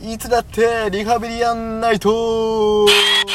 いつだってリハビリやんないと。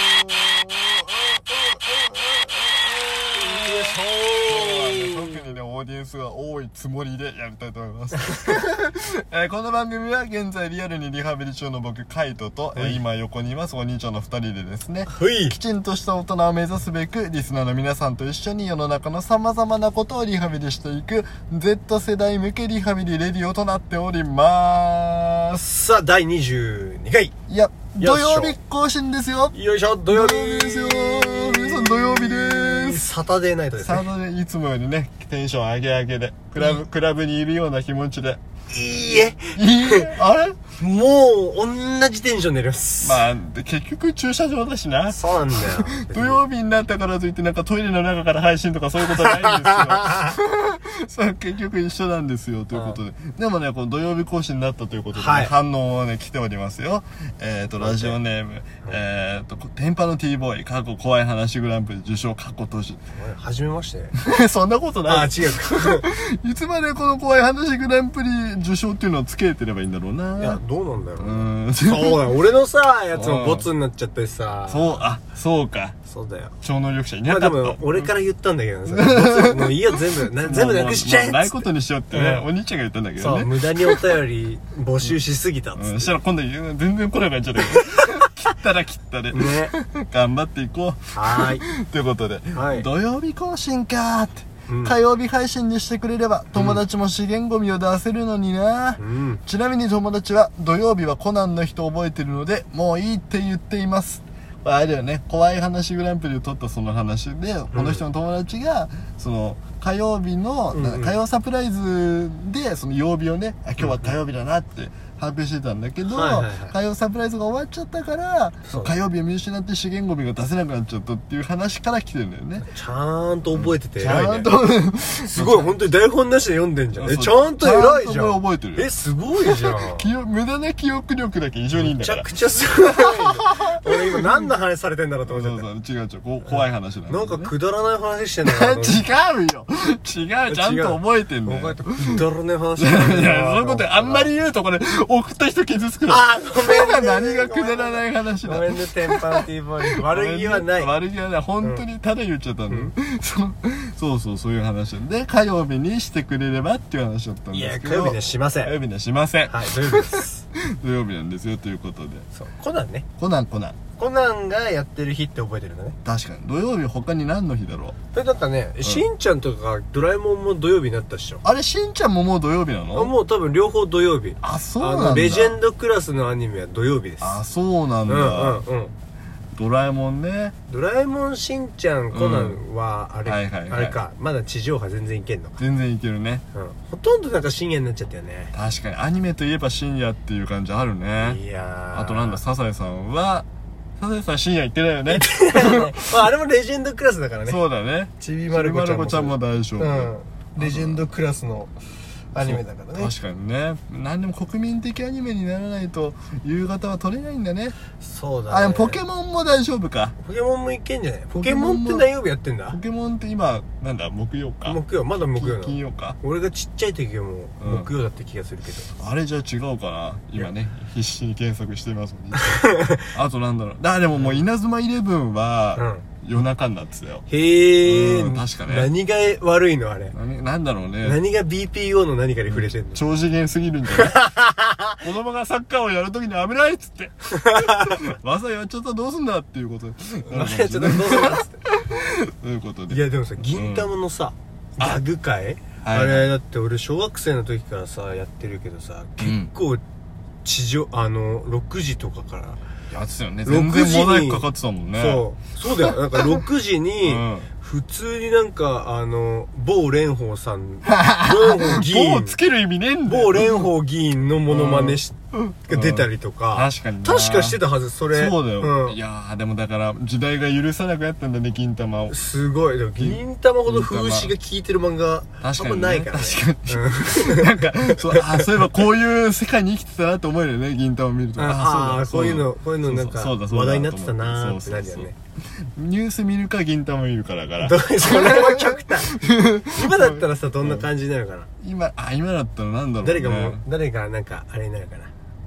特にねオーディエンスが多いつもりでやりたいと思いますこの番組は現在リアルにリハビリ中の僕カイトと、今横にいますお兄ちゃんの2人でですね、きちんとした大人を目指すべくリスナーの皆さんと一緒に世の中のさまざまなことをリハビリしていく Z 世代向けリハビリレディオとなっております。 さあ第22回、 いや土曜日更新ですよ。 よいしょ、土曜日ですよ。皆さん土曜日です。 サタデーナイトですね。 サタデー、いつもよりねテンション上げ上げでクラブにいるような気持ちで。 いいえあれもう同じテンションでやります。 まあ結局駐車場だしな。 そうなんだよ土曜日になったからといってなんかトイレの中から配信とかそういうことはないんですよそう結局一緒なんですよということで、でもねこの土曜日更新になったということで、ね、反応をね来ておりますよ。ラジオネーム、テンパの T ボーイ過去怖い話グランプリ受賞過去投手。 初めましてそんなことない。 あ、違うかいつまでこの怖い話グランプリ受賞っていうのをつけてればいいんだろうな。 いやどうなんだろう。そうだよ、俺のさやつもボツになっちゃってさ。 そうか。 そうだよ、 超能力者いなかった。 まあでも俺から言ったんだけどさ、もういいよ全部なくしちゃえっつって、 ないことにしようってね、お兄ちゃんが言ったんだけどね。 そう、無駄にお便り募集しすぎたっつって、 そしたら今度全然来なくなっちゃったけど切ったでね頑張っていこう。はいということで、土曜日更新かーって、火曜日配信にしてくれれば友達も資源ゴミを出せるのにな、ちなみに友達は土曜日はコナンの人覚えてるのでもういいって言っています。あれだよね、怖い話グランプリを取ったその話で、この人の友達がその火曜日の、火曜サプライズでその曜日をね、今日は火曜日だなって発表してたんだけど、火曜サプライズが終わっちゃったから火曜日を見失って資源ゴミが出せなくなっちゃったっていう話から来てるんだよね。 ちゃんと覚えてて偉いね。 ちゃんとすごい、本当に台本なしで読んでんじゃん。ちゃんと偉いじゃん。 覚えてる。 すごいじゃん無駄な記憶力だけ異常にいいんだから。 めちゃくちゃすごい俺今何の話されてんだろうと思ってた。 違う怖い話なんだ、ね、 なんかくだらない話してんだな違うよちゃんと覚えてんだよ。 くだらない話いやそういうことあんまり言うとこれ送った人傷つくの。 ごめんね何がくだらない話だ。 ごめんねテンパンティーボーイ、悪気はない。 悪気はない、本当にただ言っちゃったの、そういう話で火曜日にしてくれればっていう話だったんですけど、 いや火曜日にはしません。 火曜日にはしません。 はい、土曜日です土曜日なんですよということで。 そうコナンね、 コナンコナンがやってる日って覚えてるんだね。 確かに。土曜日他に何の日だろう。 なんかね、しんちゃんとかドラえもんも土曜日になったっしょ。 あれしんちゃんももう土曜日なの？ もう多分両方土曜日。 あ、そうなんだ。 レジェンドクラスのアニメは土曜日です。 あ、そうなんだ。ドラえもんね。 ドラえもん、しんちゃん、コナンはあれ、あれか、まだ地上波全然いけんのか。 全然いけるね。 ほとんどなんか深夜になっちゃったよね。 確かにアニメといえば深夜っていう感じあるね。 いやー、 あとなんだ、サザエさんは深夜行ってないよね。 あれもレジェンドクラスだからね。 そうだね。 ちびまる子ちゃんも大丈夫。 レジェンドクラスのアニメだからね。 確かにね。何でも国民的アニメにならないと夕方は撮れないんだね。 そうだね。 でもポケモンも大丈夫か。 ポケモンもいけんじゃない。ポケモンって何曜日やってんだ。 ポケモンって今なんだ、木曜か。 木曜、まだ木曜なの。 金曜か。 俺がちっちゃい時はもう木曜だった気がするけど、 あれじゃあ違うかな。今ね必死に検索してますもんねあとなんだろう。でももう稲妻イレブンは夜中になってたよ。 へえ、 確かね。 何が悪いのあれ。 なんだろうね。 何が BPO の何かに触れてんの。 超次元すぎるんじゃない子供がサッカーをやるときに危ないっつってわざやっちゃったらどうすんだっていうことで。 やっちゃったらどうすんだっつってということで。 いやでもさ、銀玉のさ、ギャグ界、あれだって俺小学生の時からさやってるけどさ、結構地上6時とかからやってたよね。全然モザイクかかってたもんね。 そうだよ。なんか6時に普通になんか某蓮舫さん某議員某つける意味ねえんだよ。 某蓮舫議員のモノマネが出たりとか、 確かに確かしてたはず。それそうだよ。いやでもだから時代が許さなくなったんだね、銀玉を。 すごい。でも銀玉ほど風刺が効いてる漫画あんまないからね。 確かになんかそういえばこういう世界に生きてたなって思えるよね、銀玉を見ると。 こういうのなんか話題になってたなーってなるよね。 ニュース見るか銀玉見るかだから。 それは極端今だったらさどんな感じになるかな。 今だったらなんだろうね。 誰がなんかあれになるかな。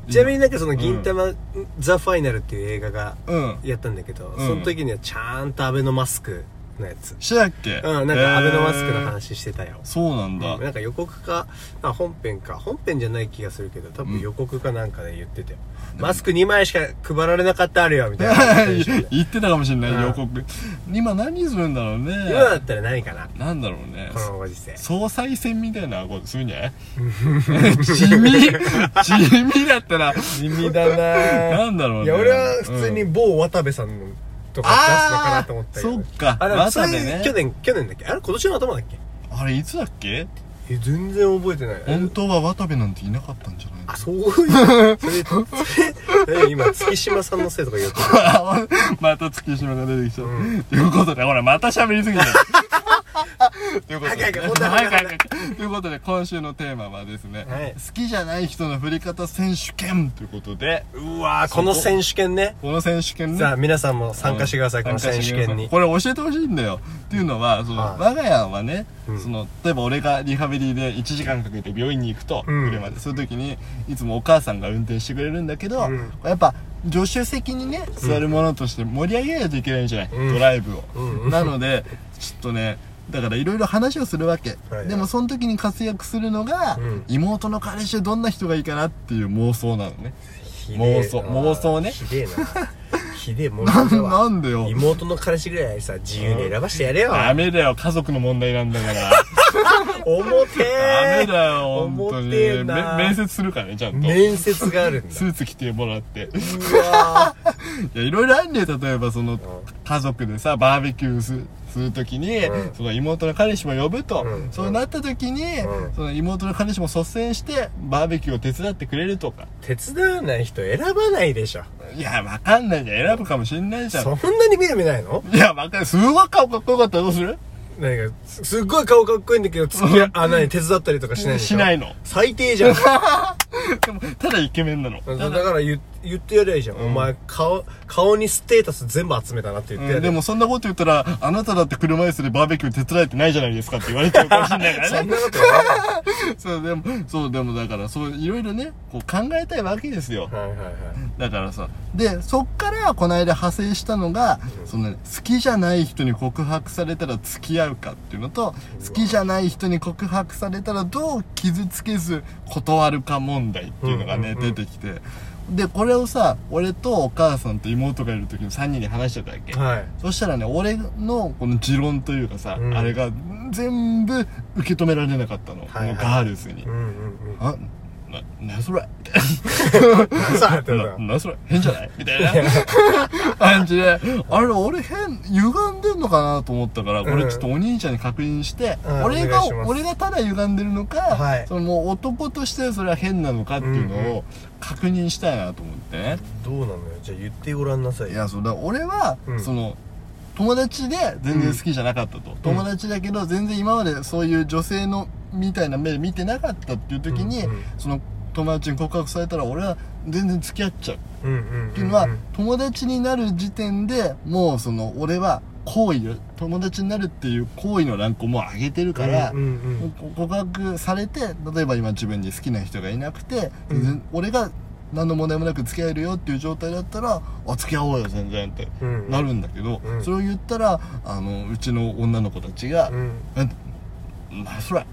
ちなみになんかその銀魂ザ・ファイナルっていう映画がやったんだけど、その時にはちゃんとアベノマスクのやつしてたっけ。 なんかアベノマスクの話してたよ。 そうなんだ。 なんか予告か本編じゃない気がするけど、多分予告かなんかで言ってたよ。マスク2枚しか配られなかったあるよみたいな言ってたかもしれない。予告今何するんだろうね。 今だったら何かな。 なんだろうね、 このご時世総裁選みたいなことするんじゃない地味だったら地味だな。 なんだろうね。 いや俺は普通に某渡部さんのとか出すのかなと思ったけど。 そっか、 渡部ね。去年だっけ、あれ今年の頭だっけ。 あれいつだっけ。 全然覚えてない。 本当は渡部なんていなかったんじゃない。 そういうそれ今月島さんのせいとか言ってるまた月島が出てきちゃう、ということでほらまた喋りすぎてるということで今週のテーマはですね、好きじゃない人の振り方選手権ということで、 うわーこの選手権ね。さあ皆さんも参加してください。この選手権にこれ教えてほしいんだよ。っていうのはその我が家はね、その例えば俺がリハビリで1時間かけて病院に行くと車で、そういう時にいつもお母さんが運転してくれるんだけど、やっぱ助手席にね座るものとして盛り上げないといけないじゃない、ドライブを、なのでちょっとねだからいろいろ話をするわけ、でもその時に活躍するのが、妹の彼氏どんな人がいいかなっていう妄想なのね。妄想ね。ひでえなひでえ妄想だわ。 なんでよ。 妹の彼氏ぐらいさ自由に選ばしてやれよ。 ダメだよ、家族の問題なんだから重てえ。ダメだよ本当に。面接するからね、ちゃんと面接があるんだ。 スーツ着てもらって。 うわいやいろいろあるね。例えばその家族でさバーベキューするときに、その妹の彼氏も呼ぶと、そうなったときに、その妹の彼氏も率先してバーベキューを手伝ってくれるとか。 手伝わない人選ばないでしょ。 いやわかんないじゃん、選ぶかもしんないじゃん。 そんなに見る目ないの。 いやわかんない。すごい顔かっこよかったらどうする。 何かすっごい顔かっこいいんだけど付き合手伝ったりとかしないでしょ。 しないの。 最低じゃんでもただイケメンなの。 だから言ってやりゃいいじゃん、お前顔にステータス全部集めたなって言ってやる、 でもそんなこと言ったらあなただって車椅子でバーベキュー手伝えてないじゃないですかって言われちゃうかもしれないからね。 そんなこと言わないでもだからそういろいろねこう考えたいわけですよ。だからさ、でそっからこの間派生したのが、その、好きじゃない人に告白されたら付き合うかっていうのと、好きじゃない人に告白されたらどう傷つけず断るか問題っていうのがね、出てきて、でこれをさ俺とお母さんと妹がいる時に3人で話しちゃったわけ、そしたらね俺のこの持論というかさ、あれが全部受け止められなかったの、このガールズに。何それ何それ変じゃないみたいな感じで、あれ俺歪んでんのかなと思ったから、これちょっとお兄ちゃんに確認して、俺がただ歪んでるのか、そのもう男としてそれは変なのかっていうのを確認したいなと思ってね。 どうなのよ、じゃあ言ってごらんなさい。 いやそうだ、俺はその友達で全然好きじゃなかったと、友達だけど全然今までそういう女性のみたいな目で見てなかったっていう時に、その友達に告白されたら俺は全然付き合っちゃうっていうのは、友達になる時点でもうその俺は行為、友達になるっていう行為のランクをもう上げてるから、告白されて例えば今自分に好きな人がいなくて、俺が何の問題もなく付き合えるよっていう状態だったら付き合おうよ全然ってなるんだけど、それを言ったらうちの女の子たちが何それ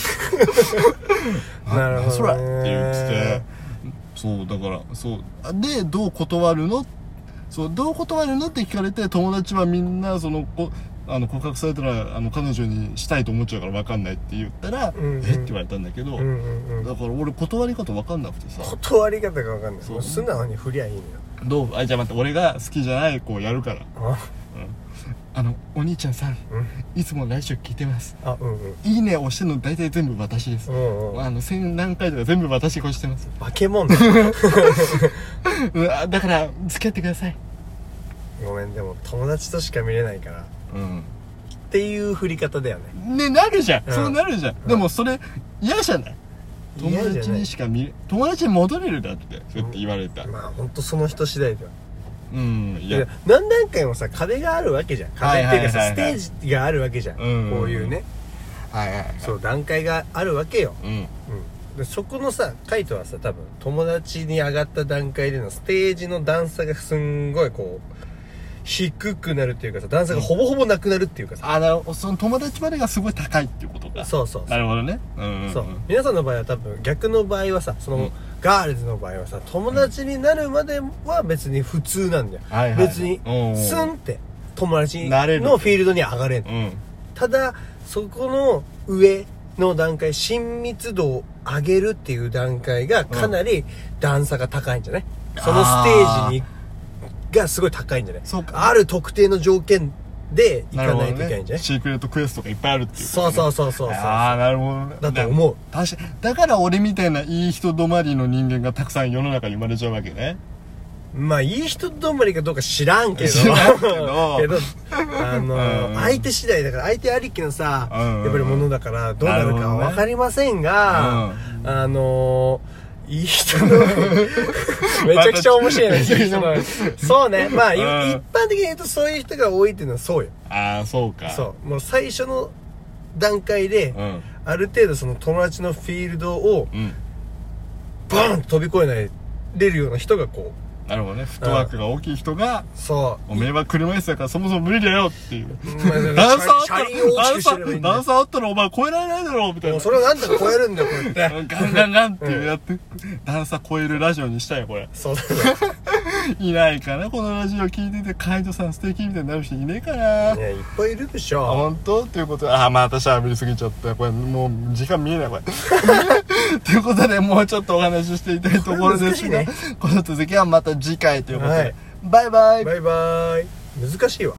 何それって言ってて、そうだからそうでどう断るのって聞かれて、友達はみんなその告白されたら彼女にしたいと思っちゃうから分かんないって言ったら、えって言われたんだけど、だから俺断り方分かんなくてさ。 断り方が分かんない。そう素直に振りゃいいのよ。 どう？じゃあ待って、俺が好きじゃない子をやるから。お兄ちゃんさん、いつもラジオ聞いてます。いいね押してるの大体全部私です。1000何回とか全部私が押してます。 化け物だだから付き合ってください。 ごめん、でも友達としか見れないからっていう振り方だよね。なるじゃん、そうなるじゃん。でもそれ嫌じゃない？友達にしか友達に戻れるだってそうやって言われた。 まあ本当その人次第だよ。 いや何段階もさ壁があるわけじゃん。壁っていうかさステージがあるわけじゃん。こういうね、そう段階があるわけよ。 でそこのさカイトはさ多分友達に上がった段階でのステージの段差がすんごいこう低くなるっていうかさ、段差がほぼほぼなくなるっていうかさ、 その友達までがすごい高いっていうことか。 そうそうそう、 なるほどね。 そう皆さんの場合は多分逆の場合はさ、その、ガールズの場合はさ、友達になるまでは別に普通なんだよ、別にスンって友達のフィールドに上がれんの、ただそこの上の段階、親密度を上げるっていう段階がかなり段差が高いんじゃない、そのステージにがすごい高いんじゃない、 そうか、 ある特定の条件で行かないといけないんじゃない、 ね、シークレットクエストがいっぱいあるっていう、ね、 そうああなるほどね。 だと思う。 確かにだから俺みたいないい人止まりの人間がたくさん世の中に生まれちゃうわけね。 まあいい人止まりかどうか知らんけど相手次第だから、相手ありきのさ、やっぱりものだからどうなるかは分かりませんが、いい人のめちゃくちゃ面白いねそうね、まあ、一般的に言うとそういう人が多いっていうのはそうよ。 ああそうか。 そうもう最初の段階で、ある程度その友達のフィールドを、バーンと飛び越えれるような人がこう、 なるほどね、フットワークが大きい人が、 そうおめえは車椅子だからそもそも無理だよっていう、 段差あったらお前超えられないだろみたいな、 それをなんとか超えるんだよこうやってガンガンガンってやって、段差超えるラジオにしたよこれ。 そうだねいないかな、このラジオ聞いててカイトさん素敵みたいになる人いねえかな。 いっぱいいるでしょ。 本当ということで、また喋りすぎちゃった。これもう時間見えないこれということで、もうちょっとお話ししていたいところですが、この続きはまた次回ということで、バイバイ。 バイバイ。難しいわ。